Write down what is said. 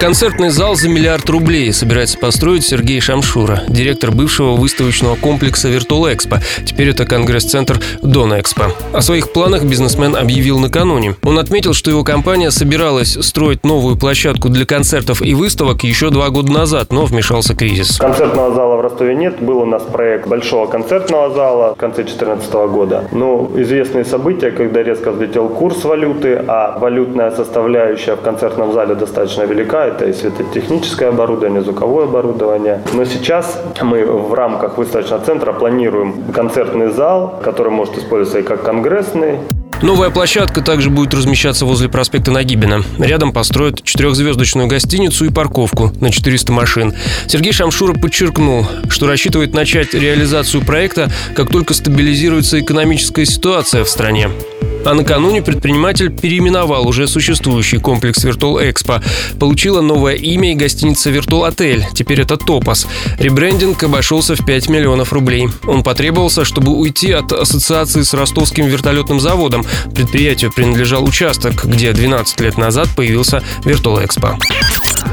Концертный зал за $1 миллиард собирается построить Сергей Шамшура, директор бывшего выставочного комплекса «Виртуал-Экспо». Теперь это конгресс-центр «Дон-Экспо». О своих планах бизнесмен объявил накануне. Он отметил, что его компания собиралась строить новую площадку для концертов и выставок еще 2 года назад, но вмешался кризис. Концертного зала в Ростове нет. Был у нас проект большого концертного зала в конце 2014 года. Но известные события, когда резко взлетел курс валюты, а валютная составляющая в концертном зале достаточно велика. Это и светотехническое оборудование, звуковое оборудование. Но сейчас мы в рамках выставочного центра планируем концертный зал, который может использоваться и как конгрессный. Новая площадка также будет размещаться возле проспекта Нагибина. Рядом построят 4-звездочную гостиницу и парковку на 400 машин. Сергей Шамшура подчеркнул, что рассчитывает начать реализацию проекта, как только стабилизируется экономическая ситуация в стране. А накануне предприниматель переименовал уже существующий комплекс «Виртуал-Экспо». Получила новое имя и гостиница «Виртуал-Отель». Теперь это «Топос». Ребрендинг обошелся в 5 миллионов рублей. Он потребовался, чтобы уйти от ассоциации с Ростовским вертолетным заводом. Предприятию принадлежал участок, где 12 лет назад появился «Виртуал-Экспо».